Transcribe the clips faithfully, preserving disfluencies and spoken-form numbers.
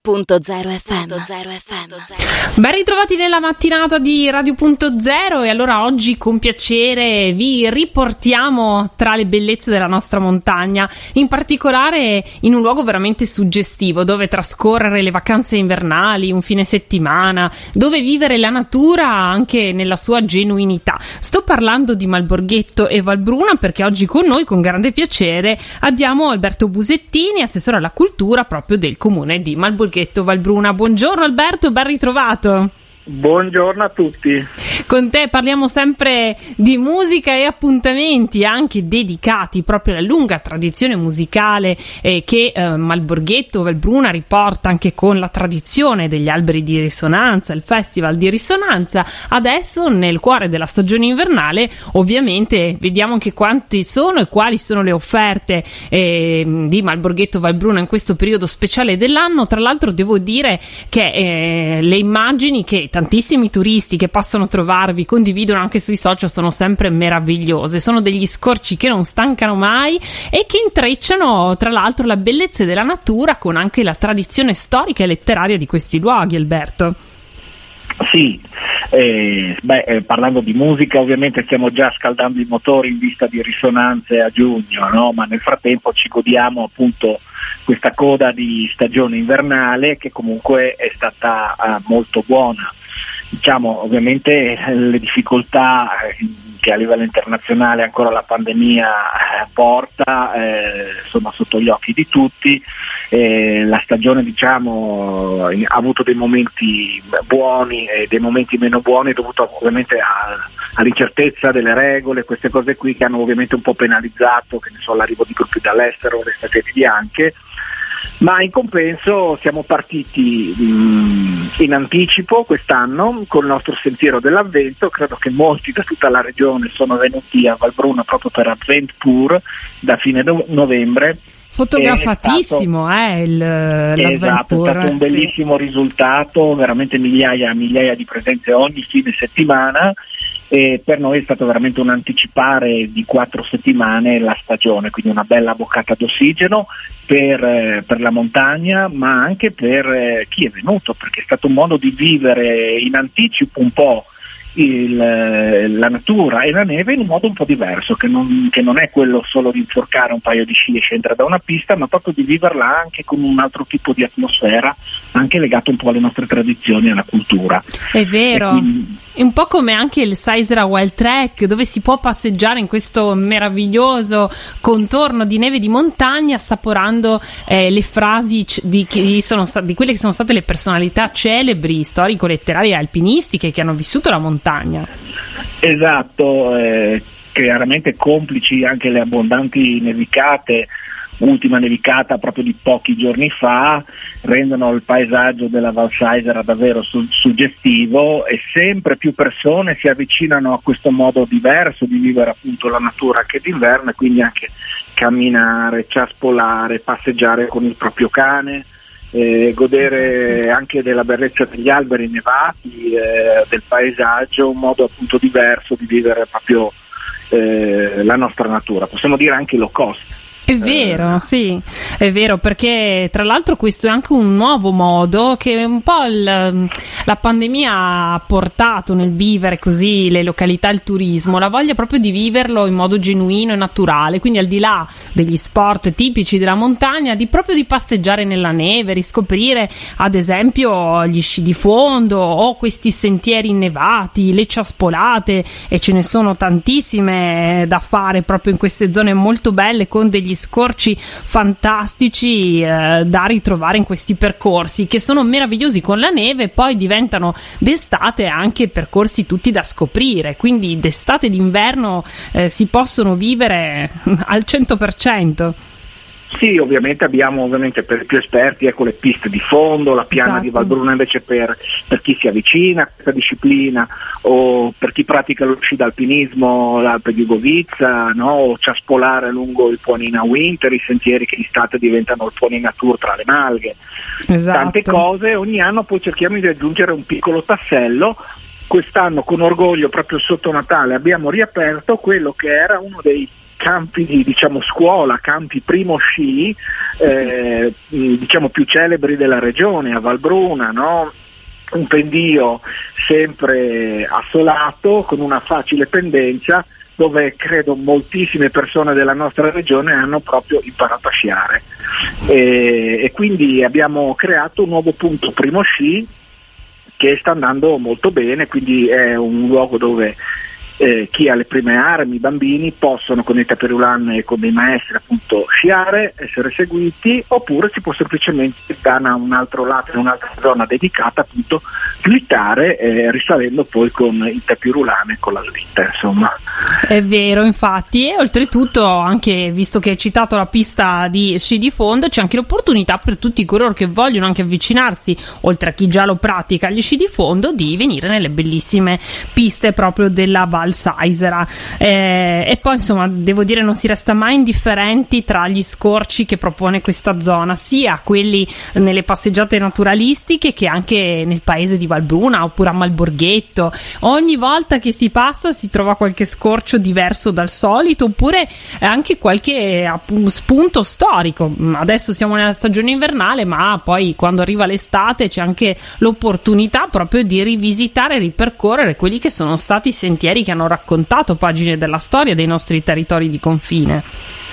Punto zero F M. Ben ritrovati nella mattinata di Radio Punto Zero, e allora oggi con piacere vi riportiamo tra le bellezze della nostra montagna, in particolare in un luogo veramente suggestivo dove trascorrere le vacanze invernali, un fine settimana, dove vivere la natura anche nella sua genuinità. Sto parlando di Malborghetto e Valbruna perché oggi con noi, con grande piacere, abbiamo Alberto Busettini, assessore alla cultura proprio del comune di Malborghetto Valbruna. Buongiorno Alberto, ben ritrovato. Buongiorno a tutti. Con te parliamo sempre di musica e appuntamenti anche dedicati proprio alla lunga tradizione musicale eh, che eh, Malborghetto Valbruna riporta, anche con la tradizione degli alberi di risonanza, il festival di risonanza. Adesso nel cuore della stagione invernale ovviamente vediamo anche quanti sono e quali sono le offerte eh, di Malborghetto Valbruna in questo periodo speciale dell'anno. Tra l'altro devo dire che eh, le immagini che tantissimi turisti che passano a trovarvi condividono anche sui social sono sempre meravigliose, sono degli scorci che non stancano mai e che intrecciano tra l'altro la bellezza della natura con anche la tradizione storica e letteraria di questi luoghi. Alberto. Sì, eh, beh, eh, parlando di musica ovviamente stiamo già scaldando i motori in vista di risonanze a giugno, no? Ma nel frattempo ci godiamo appunto questa coda di stagione invernale che comunque è stata eh, molto buona. Diciamo ovviamente le difficoltà che a livello internazionale ancora la pandemia porta eh, sono sotto gli occhi di tutti. Eh, la stagione diciamo ha avuto dei momenti buoni e dei momenti meno buoni dovuto ovviamente a, all'incertezza delle regole, queste cose qui che hanno ovviamente un po' penalizzato, che ne so, l'arrivo di gruppi dall'estero, le stagioni bianche. Ma in compenso siamo partiti mh, in anticipo quest'anno con il nostro sentiero dell'Avvento. Credo che molti da tutta la regione sono venuti a Valbruna proprio per Advent Pur da fine no- novembre. Fotografatissimo, è stato, eh, il, esatto, è stato un bellissimo sì. risultato, veramente migliaia e migliaia di presenze ogni fine settimana. E per noi è stato veramente un anticipare di quattro settimane la stagione, quindi una bella boccata d'ossigeno per, eh, per la montagna, ma anche per eh, chi è venuto, perché è stato un modo di vivere in anticipo un po' il, la natura e la neve in un modo un po' diverso, che non, che non è quello solo di inforcare un paio di sci e scendere da una pista, ma proprio di viverla anche con un altro tipo di atmosfera, anche legato un po' alle nostre tradizioni e alla cultura. È vero. Quindi, un po' come anche il Saisra Wild Trek, dove si può passeggiare in questo meraviglioso contorno di neve di montagna, assaporando eh, le frasi di, chi sono sta- di quelle che sono state le personalità celebri, storico-letterarie e alpinistiche che hanno vissuto la montagna. Esatto, eh, chiaramente complici anche le abbondanti nevicate. Ultima nevicata proprio di pochi giorni fa rendono il paesaggio della Val Saisera davvero su- suggestivo, e sempre più persone si avvicinano a questo modo diverso di vivere appunto la natura anche d'inverno, e quindi anche camminare, ciaspolare, passeggiare con il proprio cane, eh, godere esatto. anche della bellezza degli alberi nevati, eh, del paesaggio, un modo appunto diverso di vivere proprio eh, la nostra natura, possiamo dire anche low cost. È vero, sì, è vero, perché tra l'altro questo è anche un nuovo modo che un po' il, la pandemia ha portato nel vivere così le località, il turismo, la voglia proprio di viverlo in modo genuino e naturale, quindi al di là degli sport tipici della montagna, di proprio di passeggiare nella neve, riscoprire ad esempio gli sci di fondo o questi sentieri innevati, le ciaspolate, e ce ne sono tantissime da fare proprio in queste zone molto belle con degli scorci fantastici eh, da ritrovare in questi percorsi che sono meravigliosi con la neve, poi diventano d'estate anche percorsi tutti da scoprire, quindi d'estate e d'inverno eh, si possono vivere al cento per cento. Sì, ovviamente abbiamo ovviamente per i più esperti ecco le piste di fondo, la piana esatto. di Valbruna invece per, per chi si avvicina a questa disciplina, o per chi pratica lo sci d'alpinismo, l'Alpe di Ugovizza, no? O ciaspolare lungo il Ponina Winter, i sentieri che d'estate diventano il Ponina Tour tra le malghe. Esatto. Tante cose, ogni anno poi cerchiamo di aggiungere un piccolo tassello. Quest'anno con orgoglio proprio sotto Natale abbiamo riaperto quello che era uno dei campi di, diciamo, scuola, campi primo sci, eh, sì. diciamo più celebri della regione, a Valbruna, no? Un pendio sempre assolato con una facile pendenza, dove credo moltissime persone della nostra regione hanno proprio imparato a sciare, e, e quindi abbiamo creato un nuovo punto primo sci che sta andando molto bene, quindi è un luogo dove eh, chi ha le prime armi, i bambini, possono con i tapirulan e con dei maestri appunto sciare, essere seguiti, oppure si può semplicemente da un altro lato, in un'altra zona dedicata appunto, slittare, eh, risalendo poi con il tapirulan e con la slitta, insomma. È vero, infatti, e oltretutto, anche visto che hai citato la pista di sci di fondo, c'è anche l'opportunità per tutti coloro che vogliono anche avvicinarsi, oltre a chi già lo pratica, agli sci di fondo, di venire nelle bellissime piste proprio della Val Saisera. Eh, e poi insomma devo dire non si resta mai indifferenti tra gli scorci che propone questa zona, sia quelli nelle passeggiate naturalistiche che anche nel paese di Valbruna oppure a Malborghetto. Ogni volta che si passa si trova qualche scorcio diverso dal solito, oppure anche qualche spunto storico. Adesso siamo nella stagione invernale, ma poi quando arriva l'estate c'è anche l'opportunità proprio di rivisitare e ripercorrere quelli che sono stati i sentieri che hanno raccontato pagine della storia dei nostri territori di confine.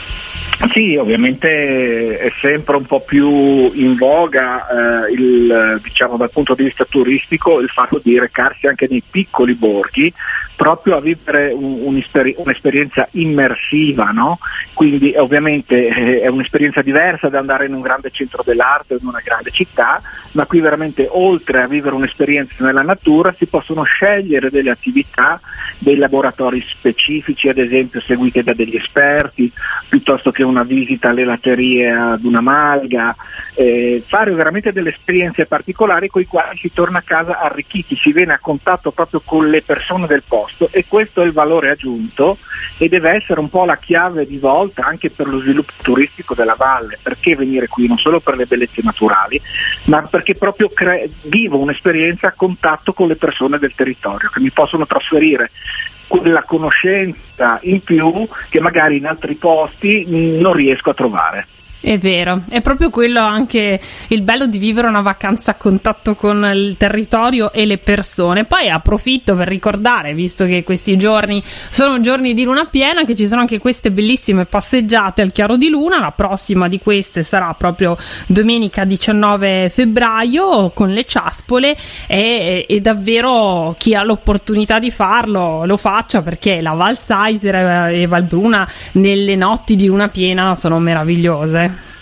Sì, ovviamente è sempre un po' più in voga eh, il, diciamo dal punto di vista turistico, il fatto di recarsi anche nei piccoli borghi, proprio a vivere un, un'esper- un'esperienza immersiva, no? Quindi ovviamente eh, è un'esperienza diversa da andare in un grande centro dell'arte o in una grande città, ma qui veramente oltre a vivere un'esperienza nella natura si possono scegliere delle attività, dei laboratori specifici, ad esempio seguiti da degli esperti, piuttosto che una visita alle latterie ad una malga, eh, fare veramente delle esperienze particolari con i quali si torna a casa arricchiti, si viene a contatto proprio con le persone del posto, e questo è il valore aggiunto e deve essere un po' la chiave di volta anche per lo sviluppo turistico della valle. Perché venire qui? Non solo per le bellezze naturali, ma perché proprio cre- vivo un'esperienza a contatto con le persone del territorio che mi possono trasferire quella conoscenza in più che magari in altri posti non riesco a trovare. È vero, è proprio quello anche il bello di vivere una vacanza a contatto con il territorio e le persone. Poi approfitto per ricordare, visto che questi giorni sono giorni di luna piena, che ci sono anche queste bellissime passeggiate al chiaro di luna. La prossima di queste sarà proprio domenica diciannove febbraio con le ciaspole, e, e davvero chi ha l'opportunità di farlo lo faccia, perché la Val Saisera e Valbruna nelle notti di luna piena sono meravigliose.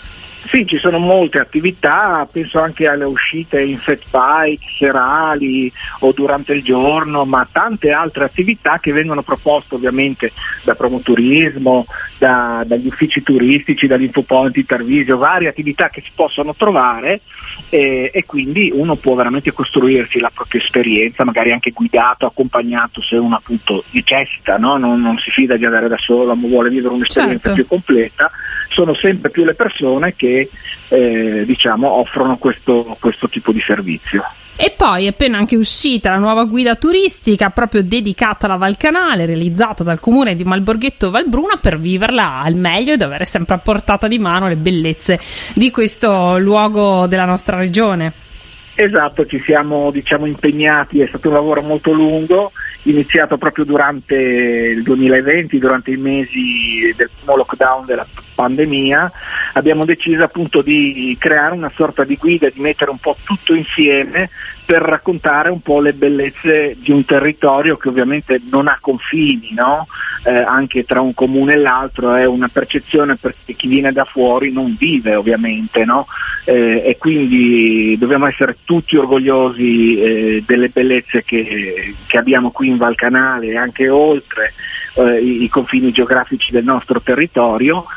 Sì, ci sono molte attività, penso anche alle uscite in fat bike, serali o durante il giorno, ma tante altre attività che vengono proposte ovviamente da Promoturismo, da, dagli uffici turistici, dall'Infopoint di Tarvisio, varie attività che si possono trovare, e, e quindi uno può veramente costruirsi la propria esperienza, magari anche guidato, accompagnato, se uno appunto necessita, no? non, non si fida di andare da solo, ma vuole vivere un'esperienza certo. più completa. Sono sempre più le persone che eh, diciamo offrono questo, questo tipo di servizio. E poi è appena anche uscita la nuova guida turistica proprio dedicata alla Val Canale, realizzata dal comune di Malborghetto Valbruna, per viverla al meglio ed avere sempre a portata di mano le bellezze di questo luogo della nostra regione. Esatto, ci siamo diciamo impegnati, è stato un lavoro molto lungo, iniziato proprio durante il duemilaventi, durante i mesi del primo lockdown della pandemia. Abbiamo deciso appunto di creare una sorta di guida, di mettere un po' tutto insieme per raccontare un po' le bellezze di un territorio che ovviamente non ha confini, no? Eh, anche tra un comune e l'altro è una percezione, perché chi viene da fuori non vive ovviamente, no? Eh, e quindi dobbiamo essere tutti orgogliosi eh, delle bellezze che, che abbiamo qui in Val Canale e anche oltre eh, i, i confini geografici del nostro territorio,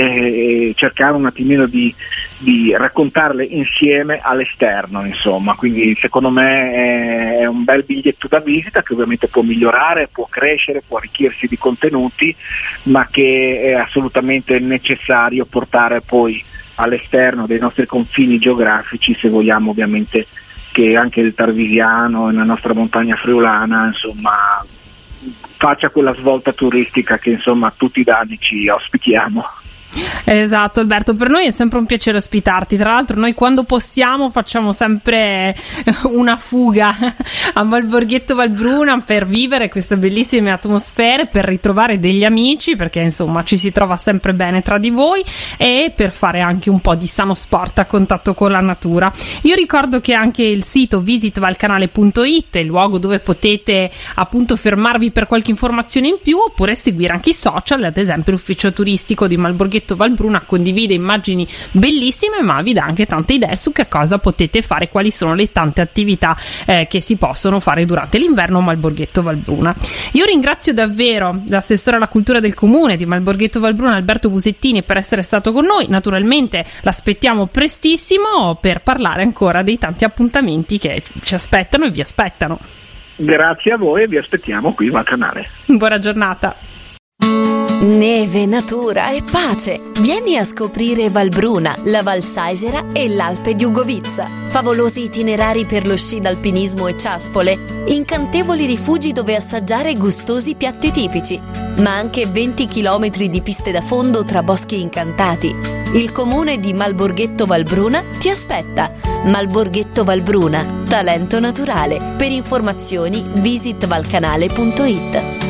e cercare un attimino di, di raccontarle insieme all'esterno, insomma. Quindi secondo me è, è un bel biglietto da visita che ovviamente può migliorare, può crescere, può arricchirsi di contenuti, ma che è assolutamente necessario portare poi all'esterno dei nostri confini geografici, se vogliamo ovviamente che anche il tarvisiano e la nostra montagna friulana insomma faccia quella svolta turistica che insomma tutti i anni ci ospitiamo. Esatto Alberto, per noi è sempre un piacere ospitarti, tra l'altro noi quando possiamo facciamo sempre una fuga a Malborghetto Valbruna per vivere queste bellissime atmosfere, per ritrovare degli amici, perché insomma ci si trova sempre bene tra di voi, e per fare anche un po' di sano sport a contatto con la natura. Io ricordo che anche il sito visit valcanale punto it è il luogo dove potete appunto fermarvi per qualche informazione in più, oppure seguire anche i social, ad esempio l'ufficio turistico di Malborghetto Valbruna condivide immagini bellissime, ma vi dà anche tante idee su che cosa potete fare, quali sono le tante attività eh, che si possono fare durante l'inverno a Malborghetto Valbruna. Io ringrazio davvero l'assessore alla cultura del comune di Malborghetto Valbruna, Alberto Busettini, per essere stato con noi. Naturalmente l'aspettiamo prestissimo per parlare ancora dei tanti appuntamenti che ci aspettano e vi aspettano. Grazie a voi e vi aspettiamo qui al canale. Buona giornata. Neve, natura e pace. Vieni a scoprire Valbruna, la Val Saisera e l'Alpe di Ugovizza. Favolosi itinerari per lo sci d'alpinismo e ciaspole, incantevoli rifugi dove assaggiare gustosi piatti tipici, ma anche venti chilometri di piste da fondo tra boschi incantati. Il comune di Malborghetto Valbruna ti aspetta. Malborghetto Valbruna, talento naturale. Per informazioni visit valcanale punto it.